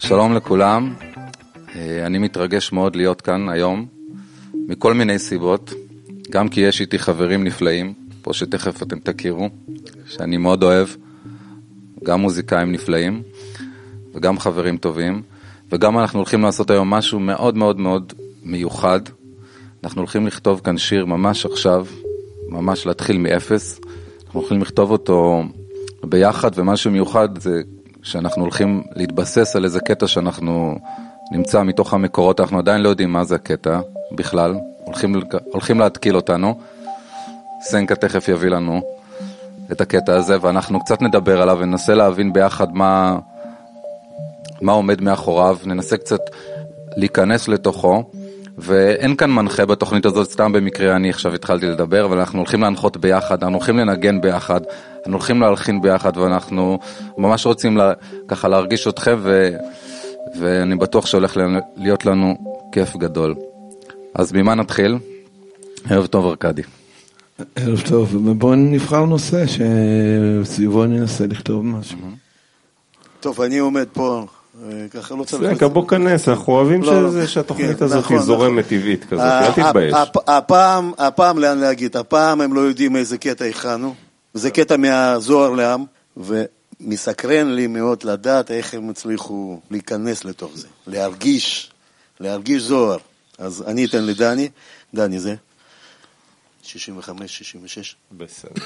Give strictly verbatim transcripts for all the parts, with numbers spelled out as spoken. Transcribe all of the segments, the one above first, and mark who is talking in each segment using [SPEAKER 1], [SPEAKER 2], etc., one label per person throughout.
[SPEAKER 1] שלום לכולם, אני מתרגש מאוד להיות כאן היום, מכל מיני סיבות, גם כי יש איתי חברים נפלאים, פה שתכף אתם תכירו, שאני מאוד אוהב, גם מוזיקאים נפלאים, וגם חברים טובים, וגם אנחנו הולכים לעשות היום משהו מאוד מאוד מאוד מיוחד, אנחנו הולכים לכתוב כאן שיר ממש עכשיו, ממש להתחיל מאפס, אנחנו הולכים לכתוב אותו ביחד, ומשהו מיוחד זה שאנחנו הולכים להתבסס על איזה קטע שאנחנו נמצא מתוך המקורות, אנחנו עדיין לא יודעים מה זה הקטע בכלל, הולכים, הולכים להתקיל אותנו, סנקה תכף יביא לנו את הקטע הזה, ואנחנו קצת נדבר עליו וננסה להבין ביחד מה, מה עומד מאחוריו, ננסה קצת להיכנס לתוכו, ואין כאן מנחה בתוכנית הזאת, סתם במקרה אני עכשיו התחלתי לדבר, אבל אנחנו הולכים להנחות ביחד, אנחנו הולכים לנגן ביחד, אנחנו הולכים להלחין ביחד, ואנחנו ממש רוצים לה, ככה להרגיש אתכם, ו, ואני בטוח שהולך להיות לנו כיף גדול. אז ממה נתחיל? ערב טוב ארקדי.
[SPEAKER 2] ערב טוב, בואו נבחר נושא שסביבו ננסה לכתוב משהו.
[SPEAKER 3] טוב, אני עומד פה, ככה לא צריך...
[SPEAKER 4] סלקה, בוא כנס, אנחנו אוהבים שהתוכנית הזאת היא זורמת טבעית כזאת, אל תתבייש.
[SPEAKER 3] הפעם לאן להגיד, הפעם הם לא יודעים איזה קטע הכנו, זה קטע מהזוהר לעם, ומסקרן לי מאוד לדעת איך הם הצליחו להיכנס לתוך זה, להרגיש, להרגיש זוהר. אז אני אתן לדני, דני זה, שישים וחמש שישים ושש.
[SPEAKER 4] בסדר.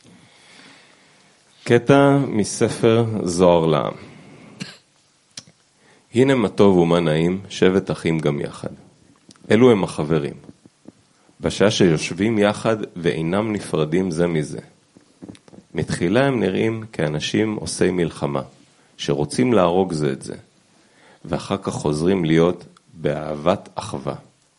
[SPEAKER 4] קטע מספר זוהר לעם. הנה מה טוב ומה נעים, שבט אחים גם יחד. אלו הם החברים. בשעה שיושבים יחד ואינם נפרדים זה מזה. מתחילה הם נראים כאנשים עושי מלחמה, שרוצים להרוג זה את זה, ואחר כך חוזרים להיות באהבת אחווה.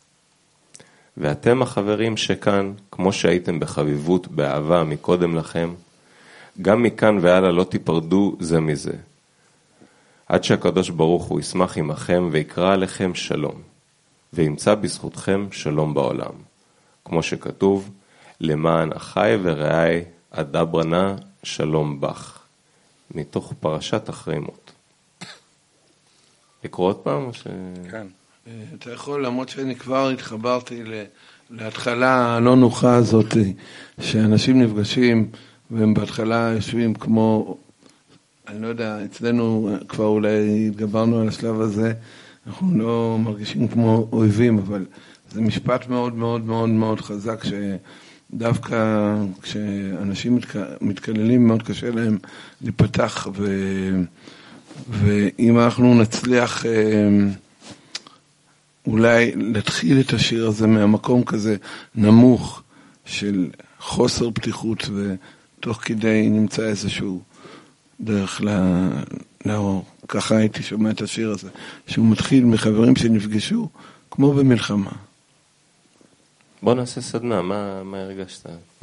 [SPEAKER 4] ואתם החברים שכאן, כמו שהייתם בחביבות, באהבה מקודם לכם, גם מכאן והלאה לא תיפרדו זה מזה. עד שהקדוש ברוך הוא ישמח עמכם ויקרא עליכם שלום, וימצא בזכותכם שלום בעולם. כמו שכתוב, למען אחי ורעי אדברה נא שלום בך. מתוך פרשת אחרי מות. לקרוא עוד פעם? או ש...
[SPEAKER 2] כן. אתה יכול, למרות שאני כבר התחברתי להתחלה הלא נוחה הזאת, שאנשים נפגשים והם בהתחלה יושבים כמו, אני לא יודע, אצלנו כבר אולי התגברנו על השלב הזה, אנחנו לא מרגישים כמו אויבים, אבל זה משפט מאוד מאוד מאוד מאוד חזק, שדווקא כשאנשים מתקללים מאוד קשה להם להיפתח, ו... ואם אנחנו נצליח אולי להתחיל את השיר הזה מהמקום כזה נמוך של חוסר פתיחות, ותוך כדי נמצא איזשהו דרך לאור. ככה הייתי שומע את השיר הזה, שהוא מתחיל מחברים שנפגשו כמו במלחמה.
[SPEAKER 4] בוא נעשה סדנה, מה, מה הרגשת?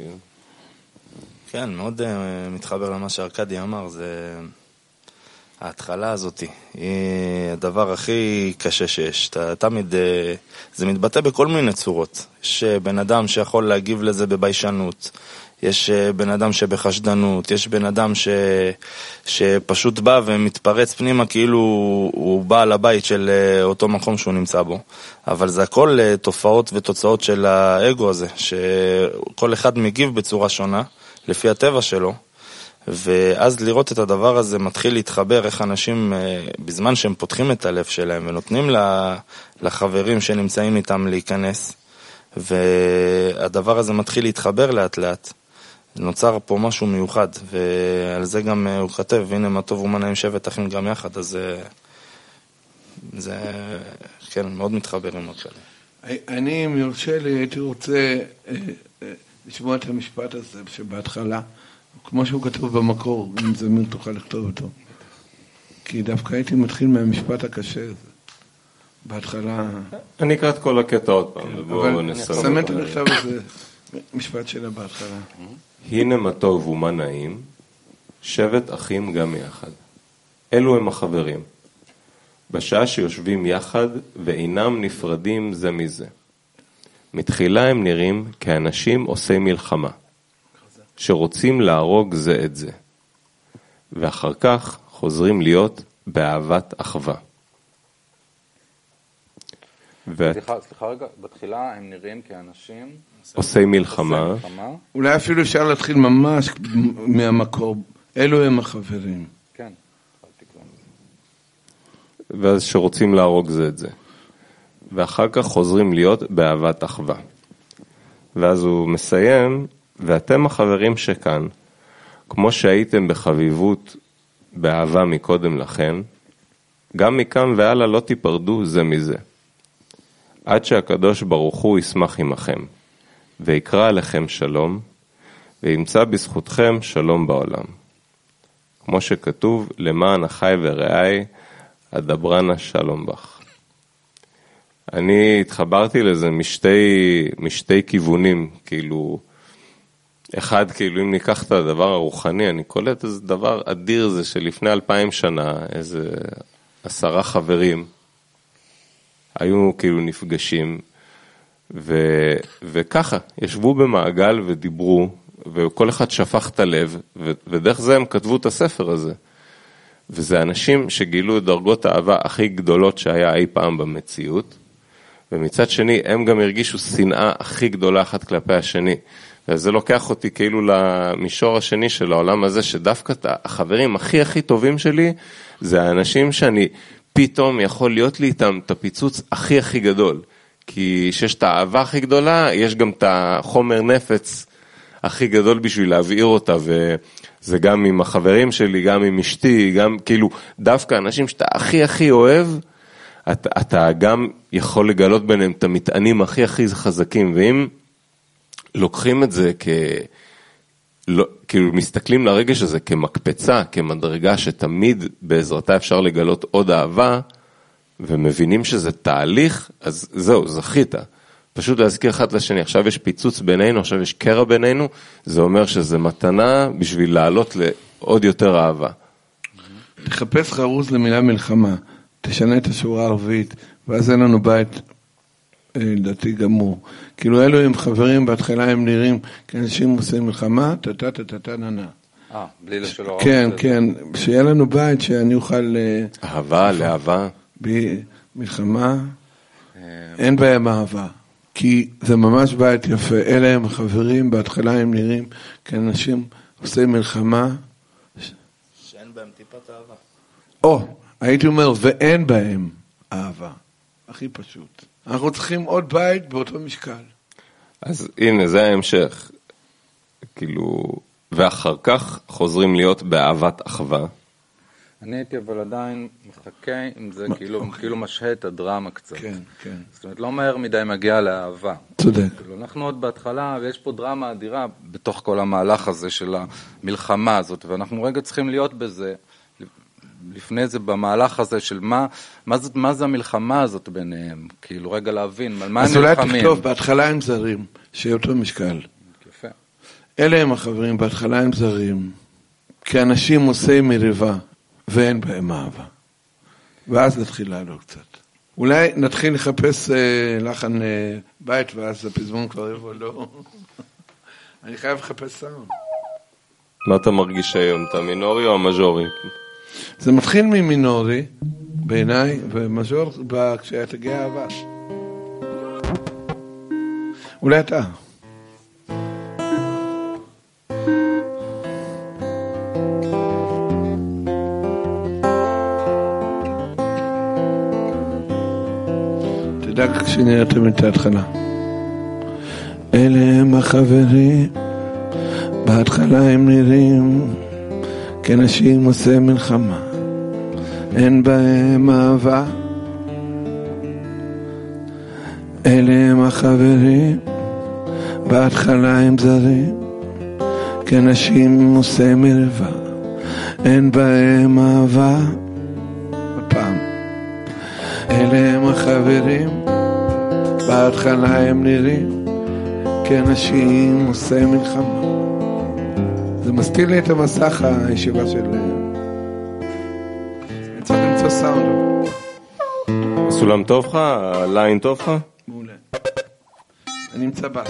[SPEAKER 5] כן, מאוד uh, מתחבר למה שארקדי אמר, זה... ההתחלה הזאת היא הדבר הכי קשה שיש. תמיד זה מתבטא בכל מיני צורות. יש בן אדם שיכול להגיב לזה בביישנות, יש בן אדם שבחשדנות, יש בן אדם ש... שפשוט בא ומתפרץ פנימה כאילו הוא בעל הבית של אותו מקום שהוא נמצא בו. אבל זה הכל תופעות ותוצאות של האגו הזה, שכל אחד מגיב בצורה שונה, לפי הטבע שלו. ואז לראות את הדבר הזה מתחיל להתחבר, איך אנשים בזמן שהם פותחים את הלב שלהם ונותנים לחברים שנמצאים איתם להיכנס, והדבר הזה מתחיל להתחבר לאט לאט, נוצר פה משהו מיוחד, ועל זה גם הוא כתב, הנה מה טוב ומה נעים שבט אחים גם יחד, אז זה, זה כן, מאוד מתחבר עם הכלל.
[SPEAKER 2] אני, אם יורשה לי, הייתי רוצה לשמוע את המשפט הזה שבהתחלה, כמו שהוא כתוב במקור, אם זה מי תוכל לכתוב אותו. כי דווקא הייתי מתחיל מהמשפט הקשה הזה. בהתחלה...
[SPEAKER 4] אני אקרא את כל הקטע עוד פעם, ובואו נסיים.
[SPEAKER 2] אבל סמת לכתב הזה, משפט שלה בהתחלה.
[SPEAKER 4] הנה מה טוב ומה נעים, שבט אחים גם יחד. אלו הם החברים. בשעה שיושבים יחד ואינם נפרדים זה מזה. מתחילה הם נראים כאנשים עושי מלחמה. שרוצים להרוג זה את זה, ואחר כך חוזרים להיות באהבת אחווה. ו...
[SPEAKER 1] סליחה, סליחה רגע, בתחילה הם נראים כאנשים...
[SPEAKER 4] עושי מלחמה.
[SPEAKER 2] אולי אפילו אפשר להתחיל ממש מהמקור. אלו הם החברים.
[SPEAKER 1] כן.
[SPEAKER 4] ואז שרוצים להרוג זה את זה. ואחר כך חוזרים להיות באהבת אחווה. ואז הוא מסיים, ואתם החברים שכאן, כמו שהייתם בחביבות באהבה מקודם לכן, גם מכאן והלאה לא תיפרדו זה מזה. עד שהקדוש ברוך הוא ישמח עמכם, ויקרא עליכם שלום, וימצא בזכותכם שלום בעולם. כמו שכתוב, למען אחי ורעי, אדברנה שלום בך. אני התחברתי לזה משתי, משתי כיוונים, כאילו, אחד, כאילו, אם ניקח את הדבר הרוחני, אני קולט איזה דבר אדיר זה שלפני אלפיים שנה, איזה עשרה חברים, היו כאילו נפגשים, ו, וככה, ישבו במעגל ודיברו, וכל אחד שפך את הלב, ו, ודרך זה הם כתבו את הספר הזה. וזה אנשים שגילו את דרגות האהבה הכי גדולות שהיה אי פעם במציאות, ומצד שני הם גם הרגישו שנאה הכי גדולה אחת כלפי השני. וזה לוקח אותי כאילו למישור השני של העולם הזה, שדווקא החברים הכי הכי טובים שלי, זה האנשים שאני פתאום יכול להיות לי איתם את הפיצוץ הכי הכי גדול. כי שיש את האהבה הכי גדולה, יש גם את החומר נפץ הכי גדול בשביל להבעיר אותה, וזה גם עם החברים שלי, גם עם אשתי, גם כאילו דווקא אנשים שאתה הכי הכי אוהב, אתה, אתה גם יכול לגלות ביניהם את המטענים הכי הכי חזקים, ואם לוקחים את זה כ... לא, כאילו מסתכלים לרגש הזה כמקפצה, כמדרגה שתמיד בעזרתה אפשר לגלות עוד אהבה, ומבינים שזה תהליך, אז זהו, זכית. פשוט להזכיר אחד לשני, עכשיו יש פיצוץ בינינו, עכשיו יש קרע בינינו, זה אומר שזה מתנה בשביל לעלות לעוד יותר אהבה.
[SPEAKER 2] תחפש חרוז למילה מלחמה, תשנה את השורה הערבית, ואז אין לנו בית דתי גמור. כאילו אלו הם חברים, בהתחלה הם נראים כאנשים עושים מלחמה, טטה טטה טטה ננה.
[SPEAKER 1] אה, בלי לשלוח.
[SPEAKER 2] כן, כן, שיהיה לנו בית שאני אוכל...
[SPEAKER 4] אהבה, לאהבה.
[SPEAKER 2] במלחמה, אין בהם אהבה. כי זה ממש בית יפה, אלה הם החברים, בהתחלה הם נראים כאנשים עושים מלחמה.
[SPEAKER 5] שאין בהם טיפת אהבה.
[SPEAKER 2] או, הייתי אומר, ואין בהם אהבה. הכי פשוט. אנחנו צריכים עוד בית באותו משקל.
[SPEAKER 4] אז הנה, זה ההמשך. כאילו, ואחר כך חוזרים להיות באהבת אחווה.
[SPEAKER 1] אני הייתי אבל עדיין מחכה עם זה, כאילו, כאילו משהה את הדרמה קצת.
[SPEAKER 2] כן, כן.
[SPEAKER 1] זאת אומרת, לא מהר מדי מגיע לאהבה.
[SPEAKER 2] צודק.
[SPEAKER 1] כאילו, אנחנו עוד בהתחלה, ויש פה דרמה אדירה בתוך כל המהלך הזה של המלחמה הזאת, ואנחנו רגע צריכים להיות בזה, לפני זה במהלך הזה של מה, מה, זה, מה זה המלחמה הזאת ביניהם, כאילו רגע להבין, על מה הם נלחמים.
[SPEAKER 2] אז אולי תכתוב, בהתחלה הם זרים, שיהיה אותו משקל.
[SPEAKER 1] יפה.
[SPEAKER 2] אלה הם החברים, בהתחלה הם זרים, כי אנשים עושים מריבה, ואין בהם אהבה. ואז נתחיל לעלות קצת. אולי נתחיל לחפש אה, לחן אה, בית, ואז הפזמון כבר יבוא, לא. אני חייב לחפש סאונד.
[SPEAKER 4] מה אתה מרגיש היום, את המינורי או המז'ורי?
[SPEAKER 2] זה מתחיל ממינורי, בעיניי, ומז'ור כשתגיע אהבה. אולי אתה. תדע כשנראיתם את ההתחלה. אלה הם החברים, בהתחלה הם נראים כאנשים עושה מלחמה, אין בהם אהבה. אלה הם החברים, בהתחלה הם זרים, כאנשים עושה מריבה, אין בהם אהבה. הפעם. אלה הם החברים, בהתחלה הם נראים כאנשים עושה מלחמה. זה מסתיר לי את המסך הישיבה של... אני צריך למצוא סאונד.
[SPEAKER 4] הסולם טוב לך? הליין טוב לך?
[SPEAKER 2] מעולה. אני אמצא בס.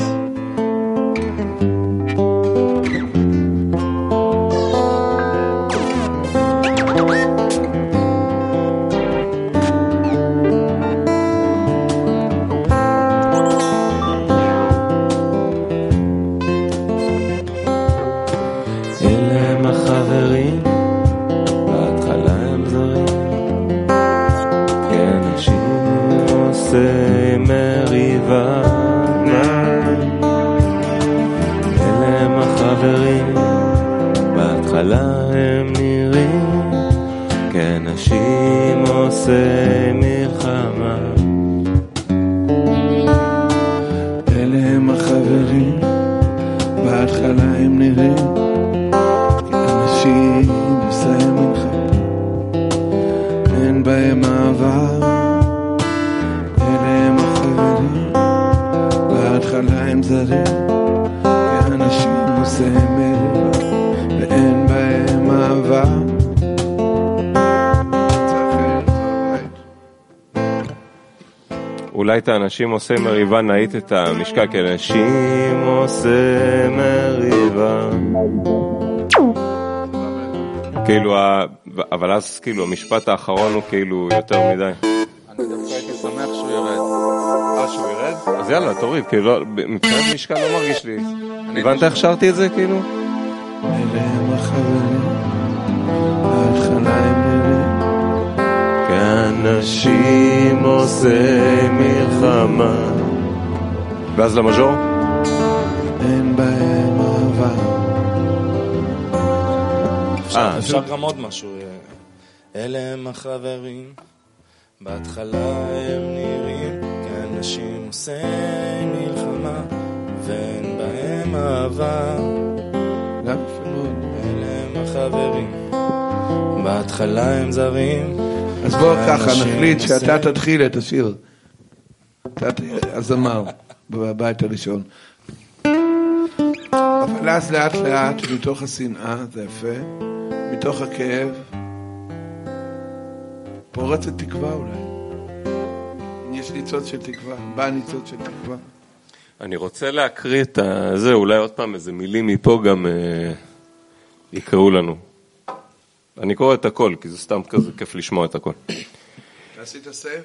[SPEAKER 4] אולי את האנשים עושה מריבה, נעית את המשקל, כי אנשים עושה מריבה. כאילו, אבל אז כאילו המשפט האחרון הוא כאילו יותר מדי.
[SPEAKER 1] אני דווקא הייתי שמח שהוא ירד.
[SPEAKER 4] אה, שהוא ירד? אז יאללה, תוריד, כאילו, מבחינת משקל לא מרגיש לי. הבנת איך שרתי את זה, כאילו?
[SPEAKER 2] אלה הם החברים, ההתחלה הם נראים,
[SPEAKER 4] כאנשים עושה מלחמה. ואז למז'ור?
[SPEAKER 2] אין בהם אהבה.
[SPEAKER 5] אפשר גם עוד משהו. אלה הם החברים, בהתחלה הם נראים כאנשים עושה מלחמה, ואין בהם אהבה.
[SPEAKER 2] גם אפילו
[SPEAKER 5] אלה הם החברים, בהתחלה הם זרים.
[SPEAKER 2] אז בוא ככה נחליט שאתה תתחיל את השיר. אתה הזמר בבית הראשון. אבל אז לאט לאט מתוך השנאה, זה יפה, מתוך הכאב פורצת תקווה אולי. יש ניצוץ של תקווה, בא ניצוץ של תקווה.
[SPEAKER 4] אני רוצה להקריא את זה, אולי עוד פעם איזה מילים מפה גם אה, יקראו לנו. אני קורא את הכל, כי זה סתם כזה כיף לשמוע את הכל.
[SPEAKER 2] עשית סייב?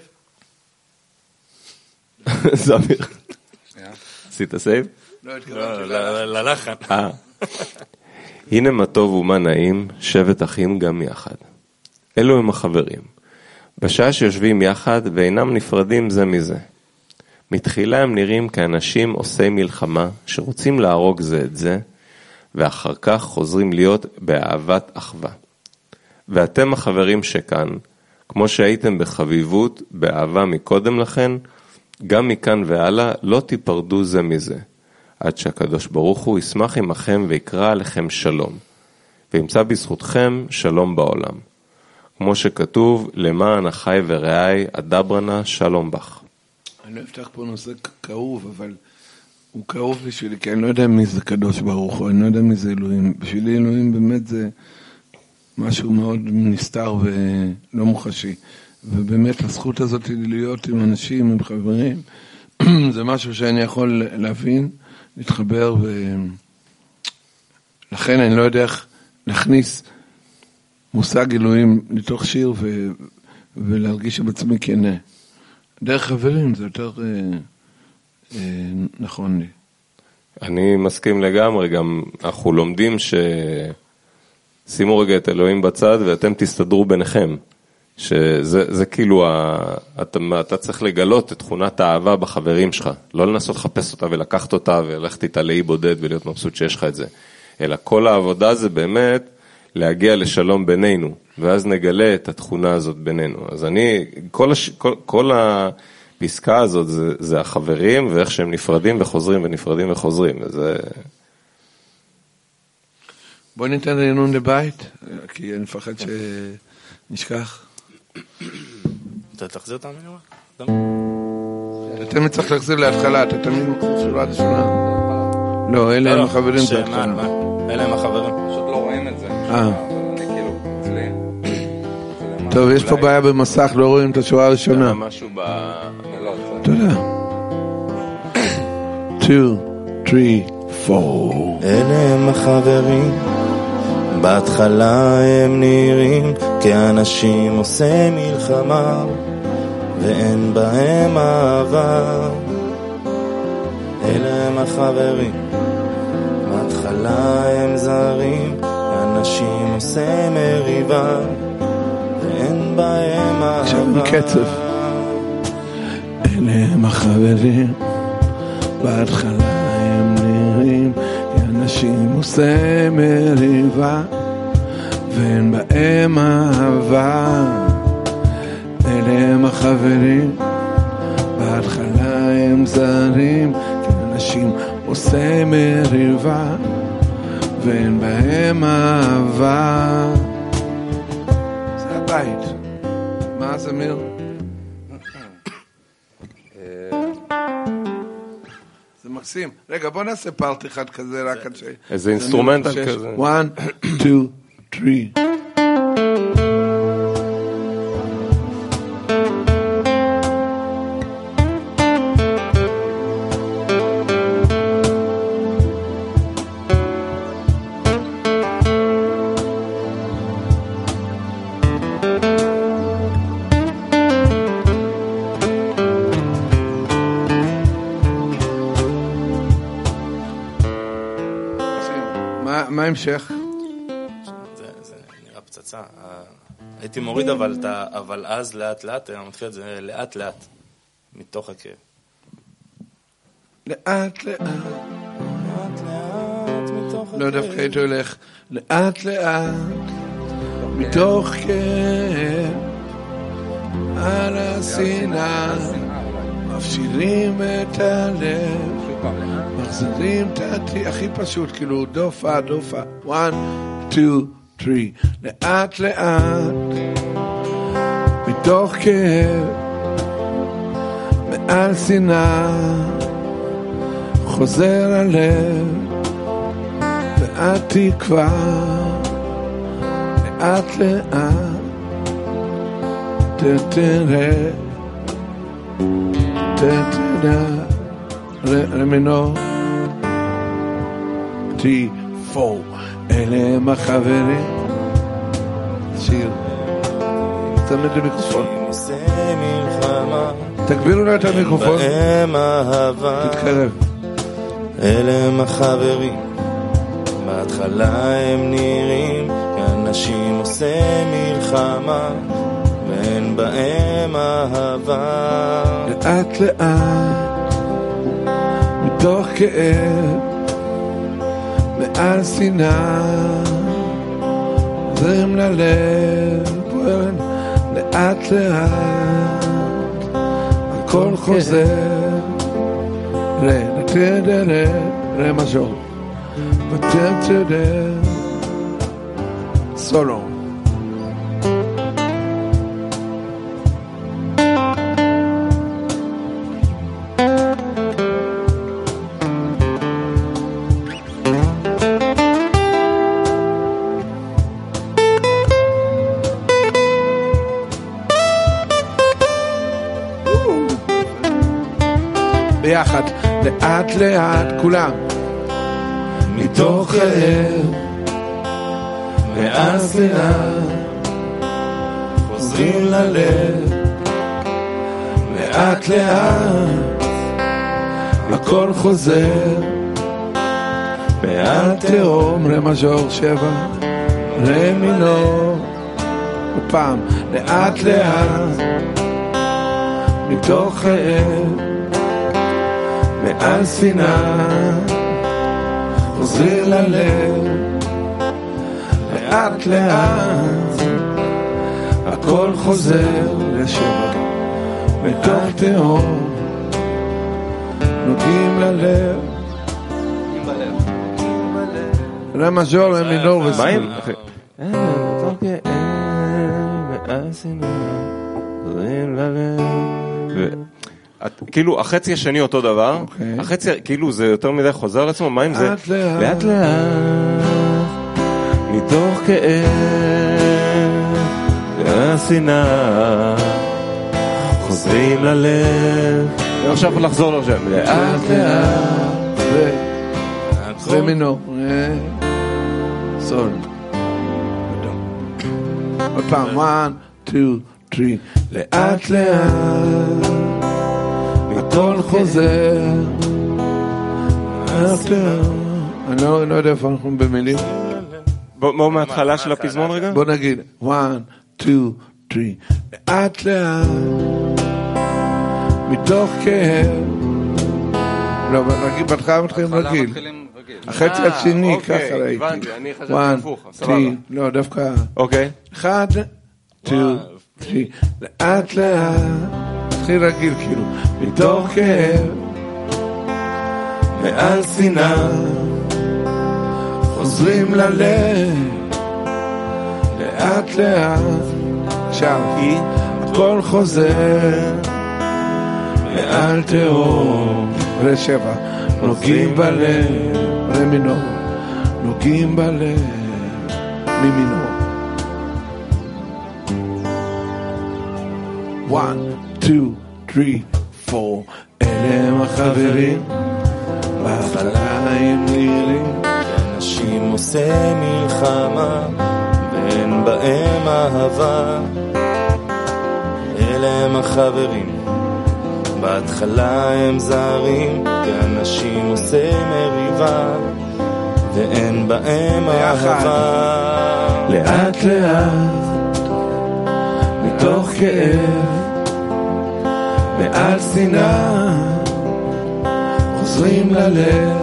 [SPEAKER 4] זמיר. עשית סייב?
[SPEAKER 2] לא, התכוונתי
[SPEAKER 5] ללחן.
[SPEAKER 4] הנה מה טוב ומה נעים, שבט אחים גם יחד. אלו הם החברים. בשעה שיושבים יחד ואינם נפרדים זה מזה. מתחילה הם נראים כאנשים עושי מלחמה שרוצים להרוג זה את זה, ואחר כך חוזרים להיות באהבת אחווה. ואתם החברים שכאן, כמו שהייתם בחביבות, באהבה מקודם לכן, גם מכאן והלאה לא תיפרדו זה מזה, עד שהקדוש ברוך הוא ישמח עמכם ויקרא עליכם שלום, וימצא בזכותכם שלום בעולם. כמו שכתוב, למען אחי ורעי אדברנה שלום בך.
[SPEAKER 2] אני לא אפתח פה נושא כאוב, אבל הוא כאוב בשבילי, כי אני לא יודע מי זה קדוש ברוך הוא, אני לא יודע מי זה אלוהים. בשבילי אלוהים באמת זה משהו מאוד נסתר ולא מוחשי. ובאמת הזכות הזאת להיות עם אנשים, עם חברים, זה משהו שאני יכול להבין, להתחבר, ולכן אני לא יודע איך להכניס מושג אלוהים לתוך שיר ו... ולהרגיש בעצמי כנה. דרך חברים זה יותר אה, אה, נכון לי.
[SPEAKER 4] אני מסכים לגמרי, גם אנחנו לומדים ששימו רגע את אלוהים בצד ואתם תסתדרו ביניכם. שזה זה כאילו, ה, אתה, אתה צריך לגלות את תכונת האהבה בחברים שלך, לא לנסות לחפש אותה ולקחת אותה וללכת איתה לאי בודד ולהיות מבסוט שיש לך את זה, אלא כל העבודה זה באמת להגיע לשלום בינינו, ואז נגלה את התכונה הזאת בינינו. אז אני, כל, הש, כל, כל הפסקה הזאת זה, זה החברים ואיך שהם נפרדים וחוזרים ונפרדים וחוזרים, וזה...
[SPEAKER 2] בוא ניתן רענון לבית, כי אני מפחד שנשכח.
[SPEAKER 5] אתה תחזיר את המילים?
[SPEAKER 2] אתה תמיד צריך להחזיר להתחלה, אתה תמיד מחזיר שורה ראשונה. לא, אלה הם החברים בהתחלה.
[SPEAKER 5] אלה הם החברים.
[SPEAKER 1] פשוט לא רואים את זה.
[SPEAKER 2] אה.
[SPEAKER 1] אני כאילו, אצלי.
[SPEAKER 2] טוב, יש פה בעיה במסך, לא רואים את השורה הראשונה.
[SPEAKER 4] משהו ב...
[SPEAKER 2] תודה. two, three, four.
[SPEAKER 5] אלה הם החברים, בהתחלה הם נראים כאנשים עושה מלחמה, ואין בהם אהבה. אלה הם החברים, בהתחלה הם זרים, כאנשים עושה מריבה, ואין בהם אהבה.
[SPEAKER 2] עכשיו בקצב. אלה הם החברים, בהתחלה הם נראים כאנשים עושה מריבה, ואין בהם אהבה. אלה הם החברים, בהתחלה הם זרים, כאנשים עושה מריבה, ואין בהם אהבה. זה הבית. מה זה מיר? זה מקסים. רגע, בוא נעשה פארט אחד כזה, רק עד ש...
[SPEAKER 4] איזה אינסטרומנטל כזה.
[SPEAKER 2] one, two, three. מה, מה המשך?
[SPEAKER 5] זה, זה נראה פצצה. הייתי מוריד, אבל, אתה, אבל אז לאט לאט, אני מתחיל את זה לאט לאט, מתוך הכאב.
[SPEAKER 2] לאט לאט.
[SPEAKER 5] לאט לאט, מתוך הכאב.
[SPEAKER 2] לא דווקא הייתי הולך. לאט לאט, מתוך כאב, על השנאה, מפשירים את הלב, מחזירים את העתיד, הכי פשוט, כאילו דופה, דופה, one, two, three, לאט לאט, מתוך כאב, מעל שנאה, חוזר הלב, ואת תקווה, לאט לאט, תתראה, תתראה, רמינו, טי, פור, אלה הם החברים, שיר, תמיד למיקרופון, תגבירו לו את המיקרופון, תתקרב,
[SPEAKER 5] אלה הם החברים, בהתחלה הם נראים כאנשים עושה מלחמה, ואין בהם אהבה.
[SPEAKER 2] לאט לאט, מתוך כאב, מעל שנאה, זרם ללב, בואן, לאט לאט, הכל חוזר, רה, נתדה, רה, רה מז'ור, ותתדה, סולו. ביחד, לאט לאט, כולם מתוך הלב מעל שנאה חוזרים ללב לאט לאט הכל חוזר מעל תאום רמז'ור שבע רמינור ופעם לאט לאט מתוך הלב מעל שנאה חוזרים ללב לאט לאט הכל חוזר לשבע מתוך תהום נוגעים ללב רמז'ור רמינור וסגול
[SPEAKER 4] מתוך כאב מעל שנאה חוזרים ללב כאילו החצי השני אותו דבר, החצי כאילו זה יותר מדי חוזר לעצמו, מה אם זה לאט לאט מתוך כאב והשנאה חוזרים ללב עכשיו לחזור לו שם לאט לאט
[SPEAKER 2] רמינו סול עוד פעם one, two, three לאט לאט הכל חוזר אני לא יודע איפה אנחנו במילים
[SPEAKER 4] בואו מההתחלה של הפזמון רגע
[SPEAKER 2] בוא נגיד one, two, three לאט לאט מתוך כאב לא, בהתחלה מתחילים רגיל החצי השני ככה ראיתי
[SPEAKER 4] אני חשבתי הפוך
[SPEAKER 2] סבבה לא, דווקא אחד, two, three לאט לאט מתחיל רגיל כאילו מתוך כאב מעל שנאה חוזרים ללב לאט לאט עכשיו כי הכל חוזר מעל תהום ושבע נוגעים בלב רמינו נוגעים בלב ממינו one, two, three, four אלה הם החברים בהתחלה הם נראים
[SPEAKER 5] אנשים עושה מלחמה ואין בהם אהבה אלה הם החברים בהתחלה הם זרים כאנשים עושה מריבה ואין בהם אהבה.
[SPEAKER 2] לאט לאט, מתוך כאב, מעל שנאה, חוזרים ללב.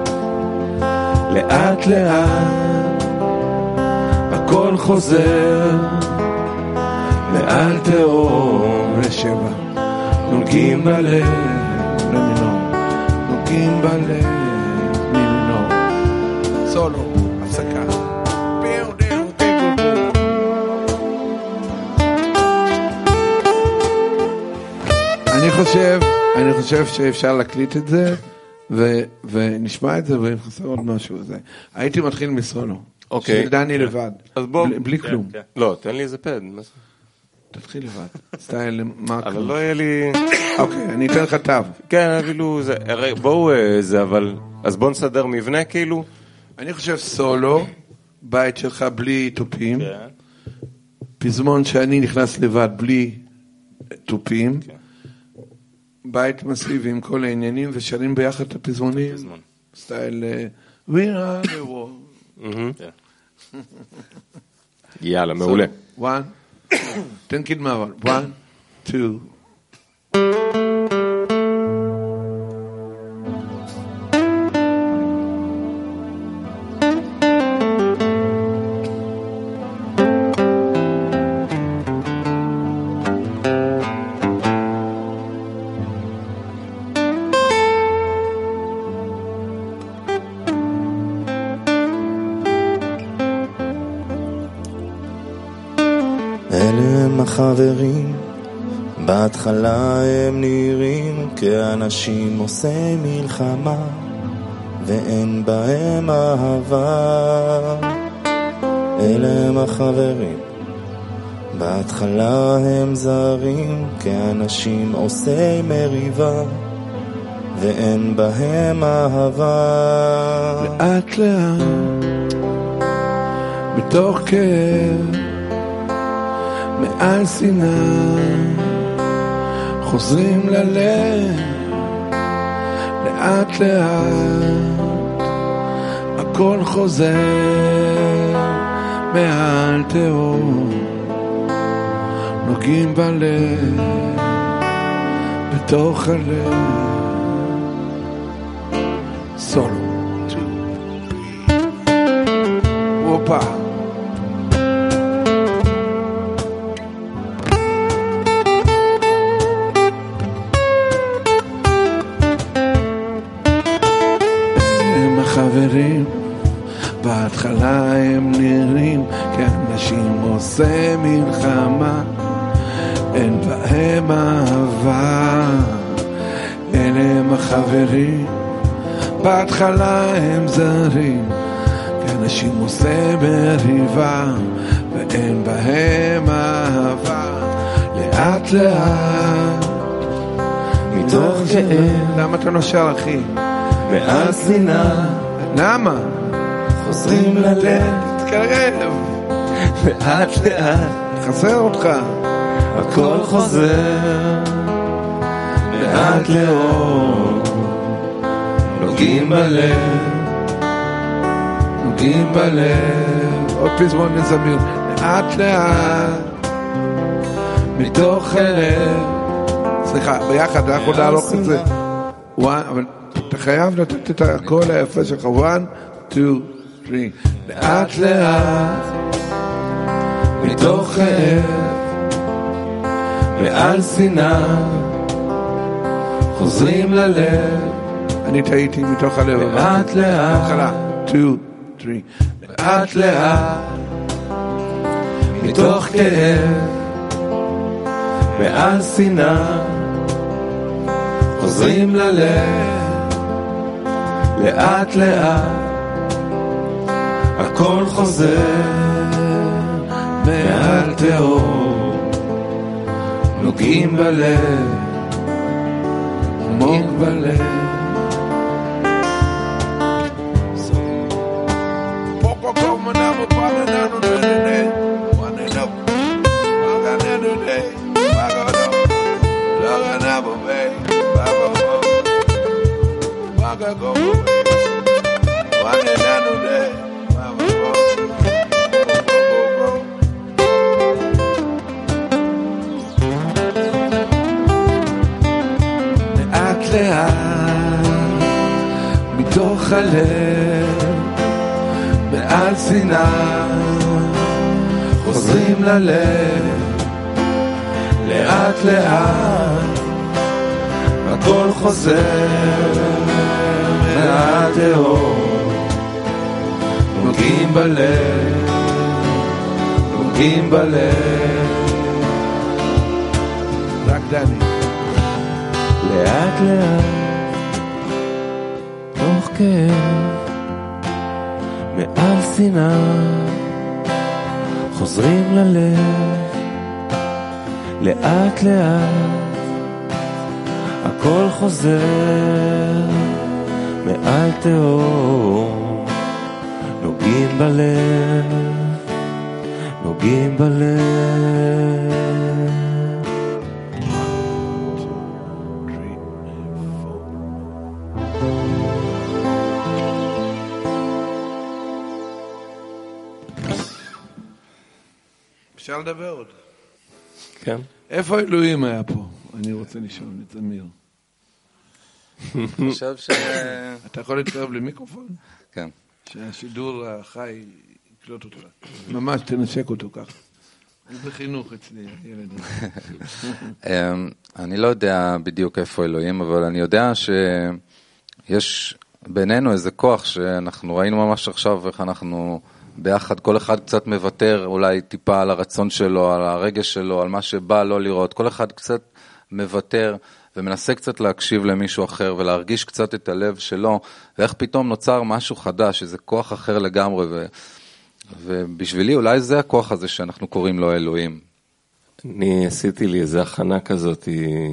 [SPEAKER 2] לאט לאט, הכל חוזר, מעל תאום לשבע, נוגעים בלב, למינור, נוגעים בלב, מינור. סולו, הפסקה. אני חושב, אני חושב שאפשר להקליט את זה, ו, ונשמע את זה, ונכנסה עוד משהו. זה. הייתי מתחיל מסולו.
[SPEAKER 4] אוקיי.
[SPEAKER 2] של דני לבד.
[SPEAKER 4] אז בוא.
[SPEAKER 2] בלי, בלי כלום.
[SPEAKER 4] לא, תן לי איזה פד.
[SPEAKER 2] תתחיל לבד. סטייל מה
[SPEAKER 4] אבל לא יהיה לי...
[SPEAKER 2] אוקיי, אני אתן לך תו.
[SPEAKER 4] כן, אפילו זה... בואו זה, אבל... אז בואו נסדר מבנה כאילו.
[SPEAKER 2] אני חושב סולו, בית שלך בלי טופים. פזמון שאני נכנס לבד בלי טופים. בית מסיבי עם כל העניינים, ושרים ביחד את הפזמונים. סטייל... We are the world.
[SPEAKER 4] יאללה, מעולה.
[SPEAKER 2] one, תן קדמה אבל. one, two.
[SPEAKER 5] חברים, בהתחלה הם נראים כאנשים עושי מלחמה, ואין בהם אהבה. אלה הם החברים, בהתחלה הם זרים כאנשים עושי מריבה, ואין בהם אהבה.
[SPEAKER 2] לאט לאט, מתוך כאב, מעל שנאה, חוזרים ללב. לאט לאט, הכל חוזר, מעל תאום, נוגעים בלב, בתוך הלב. סולו, וופה. חברים, בהתחלה הם נראים כאנשים עושה מלחמה, אין בהם אהבה. אלה הם החברים, בהתחלה הם זרים כאנשים עושה מריבה, ואין בהם אהבה. לאט לאט, מתוך כאב. למה אתה נושר אחי?
[SPEAKER 5] מעל שנאה,
[SPEAKER 2] למה?
[SPEAKER 5] חוזרים ללב.
[SPEAKER 2] תתקרב.
[SPEAKER 5] לאט לאט,
[SPEAKER 2] חסר אותך.
[SPEAKER 5] הכל חוזר, לאט לאט, נוגעים בלב,
[SPEAKER 2] נוגעים בלב. עוד פזמון נזמיר. לאט לאט, מתוך הלב. סליחה, ביחד, אנחנו נערוך את זה. אבל אתה חייב לתת את הכל היפה שלך. one, two, three. לאט לאט, מתוך כאב, מעל שנאה, חוזרים ללב. אני טעיתי מתוך הלב. לאט לאט, two, three. לאט לאט, מתוך כאב, מעל שנאה, חוזרים ללב. לאט לאט, הכל חוזר, מעל תאום, נוגעים בלב, עמוק בלב. Go away. One and הלב מעל שנאה, חוזרים ללב לאט לאט, הכל חוזר מהתהום, נוגעים בלב, נוגעים בלב. רק דני.
[SPEAKER 4] לאט לאט תוך כאב מעל שנאה, חוזרים ללב לאט לאט, הכל חוזר מעל תהום, נוגעים בלב, נוגעים בלב.
[SPEAKER 2] אפשר לדבר עוד.
[SPEAKER 4] כן.
[SPEAKER 2] איפה אלוהים היה פה? אני רוצה לשאול את זמיר.
[SPEAKER 1] אני חושב ש...
[SPEAKER 2] אתה יכול להתקרב למיקרופון?
[SPEAKER 1] כן.
[SPEAKER 2] שהשידור החי יקלוט אותך. ממש תנשק אותו ככה. זה חינוך אצלי, ילדים.
[SPEAKER 1] אני לא יודע בדיוק איפה אלוהים, אבל אני יודע שיש בינינו איזה כוח שאנחנו ראינו ממש עכשיו איך אנחנו ביחד, כל אחד קצת מוותר אולי טיפה על הרצון שלו, על הרגש שלו, על מה שבא לא לראות, כל אחד קצת מוותר ומנסה קצת להקשיב למישהו אחר ולהרגיש קצת את הלב שלו, ואיך פתאום נוצר משהו חדש, איזה כוח אחר לגמרי, ו... ובשבילי אולי זה הכוח הזה שאנחנו קוראים לו אלוהים.
[SPEAKER 4] אני עשיתי לי איזו הכנה כזאת,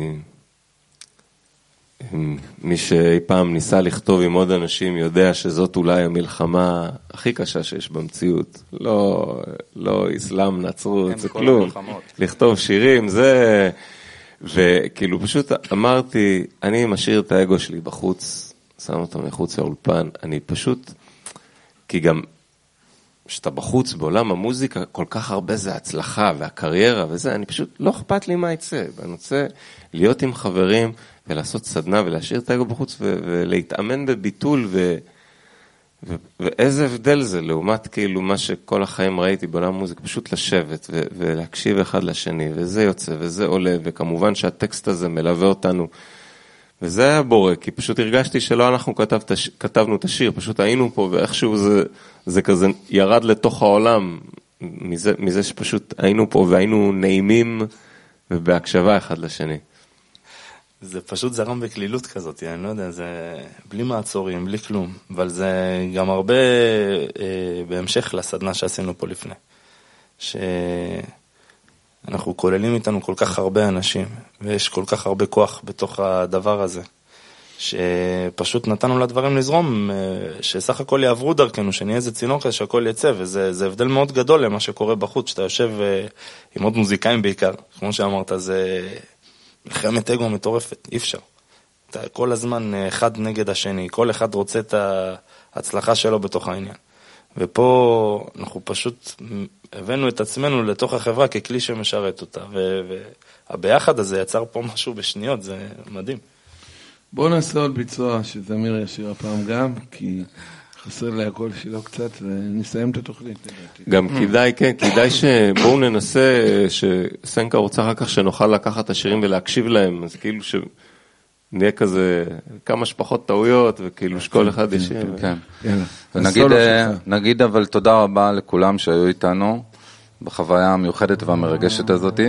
[SPEAKER 4] מי שאי פעם ניסה לכתוב עם עוד אנשים יודע שזאת אולי המלחמה הכי קשה שיש במציאות. לא, לא אסלאם, נצרות, זה כלום. המלחמות. לכתוב שירים, זה... וכאילו פשוט אמרתי, אני משאיר את האגו שלי בחוץ, שם אותו מחוץ לאולפן, אני פשוט, כי גם שאתה בחוץ בעולם המוזיקה, כל כך הרבה זה הצלחה והקריירה וזה, אני פשוט לא אכפת לי מה יצא, אני רוצה להיות עם חברים ולעשות סדנה ולהשאיר את האגו בחוץ ו- ולהתאמן בביטול ו... ו- ואיזה הבדל זה לעומת כאילו מה שכל החיים ראיתי בעולם המוזיקה, פשוט לשבת ו- ולהקשיב אחד לשני, וזה יוצא וזה עולה, וכמובן שהטקסט הזה מלווה אותנו, וזה היה בורא, כי פשוט הרגשתי שלא אנחנו כתב, כתבנו את השיר, פשוט היינו פה, ואיכשהו זה, זה כזה ירד לתוך העולם, מזה, מזה שפשוט היינו פה והיינו נעימים ובהקשבה אחד לשני.
[SPEAKER 5] זה פשוט זרם בכלילות כזאת, אני לא יודע, זה בלי מעצורים, בלי כלום, אבל זה גם הרבה אה, בהמשך לסדנה שעשינו פה לפני, שאנחנו כוללים איתנו כל כך הרבה אנשים, ויש כל כך הרבה כוח בתוך הדבר הזה, שפשוט נתנו לדברים לזרום, שסך הכל יעברו דרכנו, שנהיה איזה צינור כזה שהכל יצא, וזה זה הבדל מאוד גדול למה שקורה בחוץ, שאתה יושב עם עוד מוזיקאים בעיקר, כמו שאמרת, זה... מלחמת אגו מטורפת, אי אפשר. אתה כל הזמן אחד נגד השני, כל אחד רוצה את ההצלחה שלו בתוך העניין. ופה אנחנו פשוט הבאנו את עצמנו לתוך החברה ככלי שמשרת אותה, והביחד הזה יצר פה משהו בשניות, זה מדהים.
[SPEAKER 2] בואו נעשה עוד ביצוע שזמיר ישיר הפעם גם, כי חסר לי הכל שלו קצת, ונסיים את התוכנית.
[SPEAKER 4] גם כדאי, כן, כדאי שבואו ננסה, שסנקה רוצה אחר כך שנוכל לקחת את השירים ולהקשיב להם, אז כאילו שנהיה כזה כמה שפחות טעויות, וכאילו שכל אחד ישיר.
[SPEAKER 1] כן, ונגיד אבל תודה רבה לכולם שהיו איתנו, בחוויה המיוחדת והמרגשת הזאת,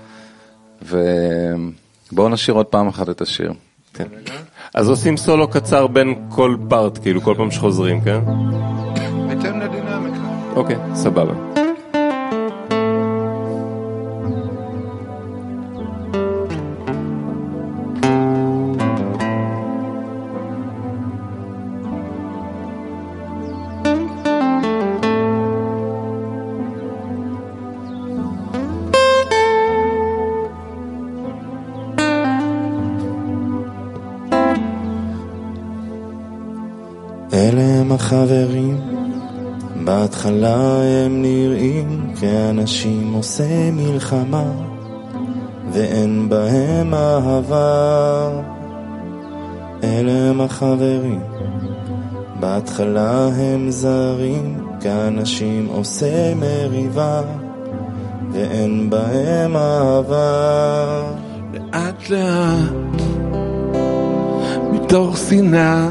[SPEAKER 1] ובואו נשיר עוד פעם אחת את השיר.
[SPEAKER 4] כן. אז עושים סולו קצר בין כל פארט, כאילו כל פעם שחוזרים, כן?
[SPEAKER 2] בהתאם לדינמיקה.
[SPEAKER 4] אוקיי, סבבה.
[SPEAKER 5] אלה הם החברים, בהתחלה הם נראים כאנשים עושה מלחמה, ואין בהם אהבה. אלה הם החברים, בהתחלה הם זרים, כאנשים עושה מריבה, ואין בהם אהבה.
[SPEAKER 2] לאט לאט, מתוך שנאה,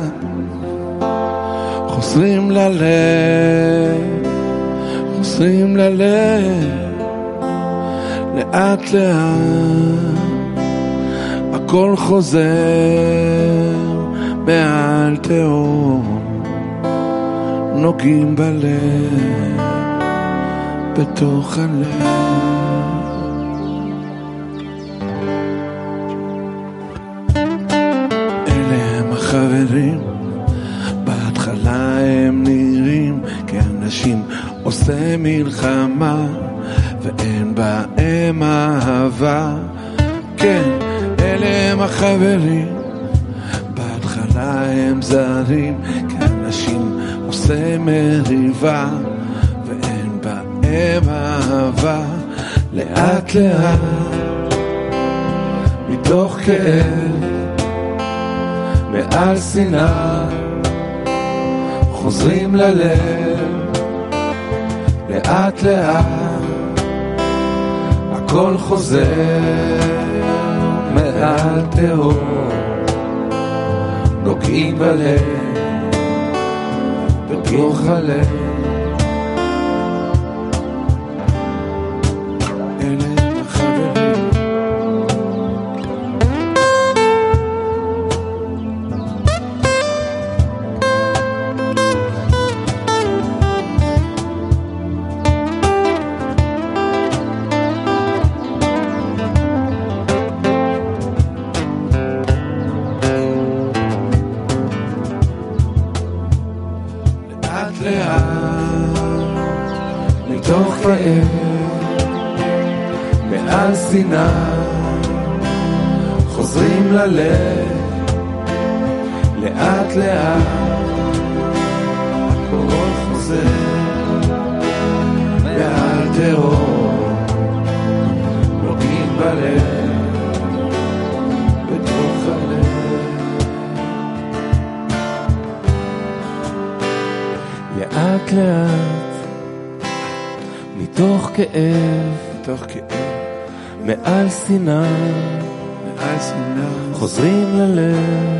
[SPEAKER 2] חוזרים ללב, חוזרים ללב, לאט לאט, הכל חוזר מעל תהום, נוגעים בלב, בתוך הלב. אלה הם החברים, בהתחלה הם נראים כאנשים עושה מלחמה, ואין בהם אהבה. כן, אלה הם החברים, בהתחלה הם זרים, כאנשים עושה מריבה, ואין בהם אהבה. לאט לאט, מתוך כאב, מעל שנאה, חוזרים ללב, לאט לאט, הכל חוזר מעל תהום, נוגעים בלב, בתוך הלב. אלה החברים, מתוך כאב, מעל שנאה, חוזרים ללב, לאט לאט, הכל חוזר מעל תהום, נוגעים בלב, בתוך הלב. לאט לאט, מתוך כאב, מתוך כאב,
[SPEAKER 5] מעל שנאה,
[SPEAKER 2] מעל שנאה,
[SPEAKER 5] חוזרים ללב,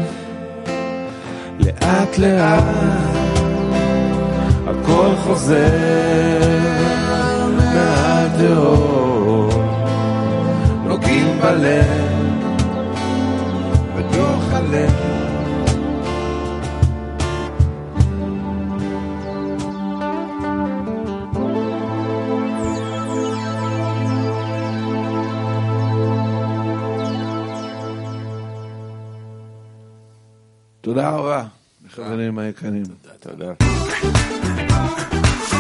[SPEAKER 2] לאט לאט,
[SPEAKER 5] הכל חוזר מעל תהום,
[SPEAKER 2] נוגעים בלב, בתוך הלב. תודה רבה, חברים היקרים.
[SPEAKER 4] תודה.